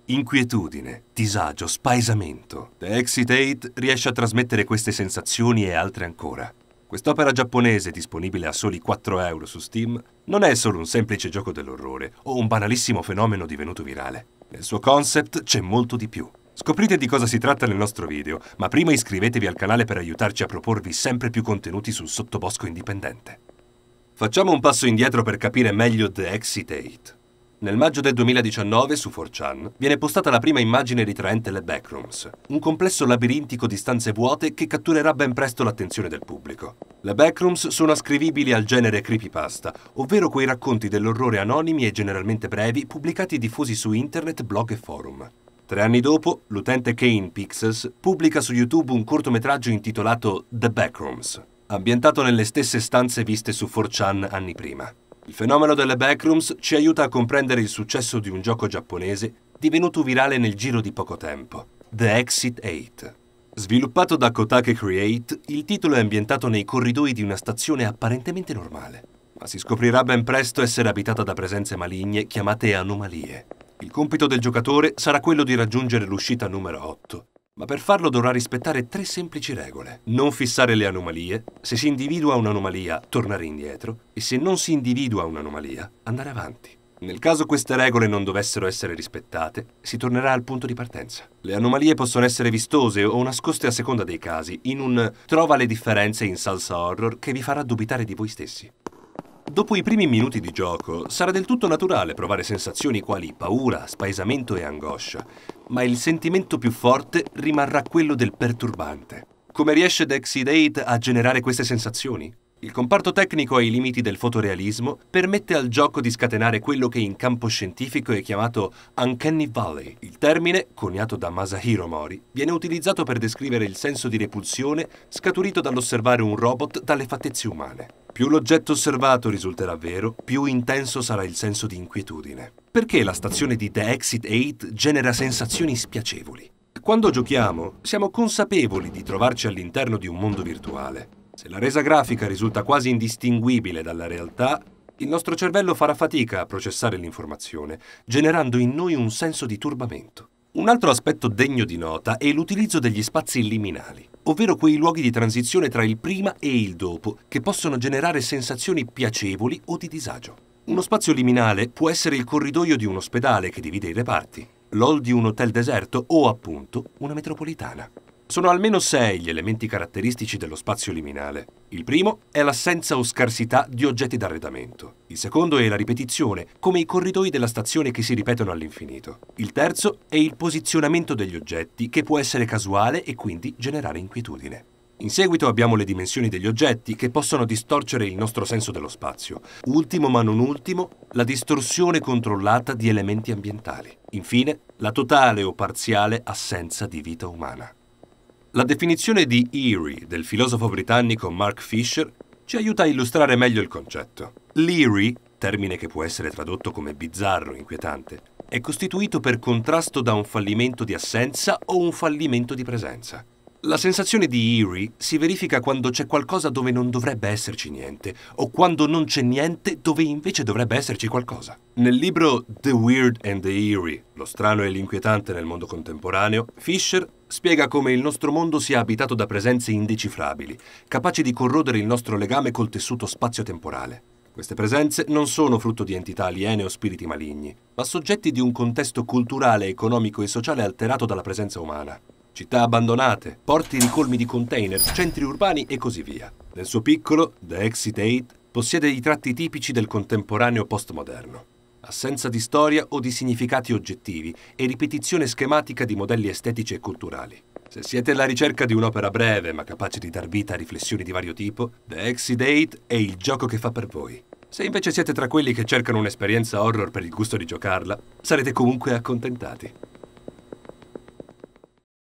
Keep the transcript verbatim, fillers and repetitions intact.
Inquietudine, disagio, spaesamento. The Exit eight riesce a trasmettere queste sensazioni e altre ancora. Quest'opera giapponese, disponibile a soli quattro euro su Steam, non è solo un semplice gioco dell'orrore o un banalissimo fenomeno divenuto virale. Nel suo concept c'è molto di più. Scoprite di cosa si tratta nel nostro video, ma prima iscrivetevi al canale per aiutarci a proporvi sempre più contenuti sul sottobosco indipendente. Facciamo un passo indietro per capire meglio The Exit eight. Nel maggio del duemiladiciannove su four chan viene postata la prima immagine ritraente le Backrooms, un complesso labirintico di stanze vuote che catturerà ben presto l'attenzione del pubblico. Le Backrooms sono ascrivibili al genere creepypasta, ovvero quei racconti dell'orrore anonimi e generalmente brevi pubblicati e diffusi su internet, blog e forum. Tre anni dopo, l'utente Kane Pixels pubblica su YouTube un cortometraggio intitolato The Backrooms, ambientato nelle stesse stanze viste su four chan anni prima. Il fenomeno delle Backrooms ci aiuta a comprendere il successo di un gioco giapponese divenuto virale nel giro di poco tempo, The Exit eight. Sviluppato da Kotake Create, il titolo è ambientato nei corridoi di una stazione apparentemente normale, ma si scoprirà ben presto essere abitata da presenze maligne chiamate anomalie. Il compito del giocatore sarà quello di raggiungere l'uscita numero otto, ma per farlo dovrà rispettare tre semplici regole. Non fissare le anomalie, se si individua un'anomalia, tornare indietro, e se non si individua un'anomalia, andare avanti. Nel caso queste regole non dovessero essere rispettate, si tornerà al punto di partenza. Le anomalie possono essere vistose o nascoste a seconda dei casi, in un trova le differenze in salsa horror che vi farà dubitare di voi stessi. Dopo i primi minuti di gioco, sarà del tutto naturale provare sensazioni quali paura, spaesamento e angoscia, ma il sentimento più forte rimarrà quello del perturbante. Come riesce The Exit eight a generare queste sensazioni? Il comparto tecnico ai limiti del fotorealismo permette al gioco di scatenare quello che in campo scientifico è chiamato Uncanny Valley. Il termine, coniato da Masahiro Mori, viene utilizzato per descrivere il senso di repulsione scaturito dall'osservare un robot dalle fattezze umane. Più l'oggetto osservato risulterà vero, più intenso sarà il senso di inquietudine. Perché la stazione di The Exit eight genera sensazioni spiacevoli? Quando giochiamo, siamo consapevoli di trovarci all'interno di un mondo virtuale. Se la resa grafica risulta quasi indistinguibile dalla realtà, il nostro cervello farà fatica a processare l'informazione, generando in noi un senso di turbamento. Un altro aspetto degno di nota è l'utilizzo degli spazi liminali, ovvero quei luoghi di transizione tra il prima e il dopo, che possono generare sensazioni piacevoli o di disagio. Uno spazio liminale può essere il corridoio di un ospedale che divide i reparti, l'hall di un hotel deserto o, appunto, una metropolitana. Sono almeno sei gli elementi caratteristici dello spazio liminale. Il primo è l'assenza o scarsità di oggetti d'arredamento. Il secondo è la ripetizione, come i corridoi della stazione che si ripetono all'infinito. Il terzo è il posizionamento degli oggetti, che può essere casuale e quindi generare inquietudine. In seguito abbiamo le dimensioni degli oggetti, che possono distorcere il nostro senso dello spazio. Ultimo ma non ultimo, la distorsione controllata di elementi ambientali. Infine, la totale o parziale assenza di vita umana. La definizione di eerie del filosofo britannico Mark Fisher ci aiuta a illustrare meglio il concetto. L'eerie, termine che può essere tradotto come bizzarro, inquietante, è costituito per contrasto da un fallimento di assenza o un fallimento di presenza. La sensazione di eerie si verifica quando c'è qualcosa dove non dovrebbe esserci niente, o quando non c'è niente dove invece dovrebbe esserci qualcosa. Nel libro The Weird and the Eerie, lo strano e l'inquietante nel mondo contemporaneo, Fisher spiega come il nostro mondo sia abitato da presenze indecifrabili, capaci di corrodere il nostro legame col tessuto spazio-temporale. Queste presenze non sono frutto di entità aliene o spiriti maligni, ma soggetti di un contesto culturale, economico e sociale alterato dalla presenza umana. Città abbandonate, porti ricolmi di container, centri urbani e così via. Nel suo piccolo, The Exit eight possiede i tratti tipici del contemporaneo postmoderno. Assenza di storia o di significati oggettivi e ripetizione schematica di modelli estetici e culturali. Se siete alla ricerca di un'opera breve ma capace di dar vita a riflessioni di vario tipo, The Exit eight è il gioco che fa per voi. Se invece siete tra quelli che cercano un'esperienza horror per il gusto di giocarla, sarete comunque accontentati.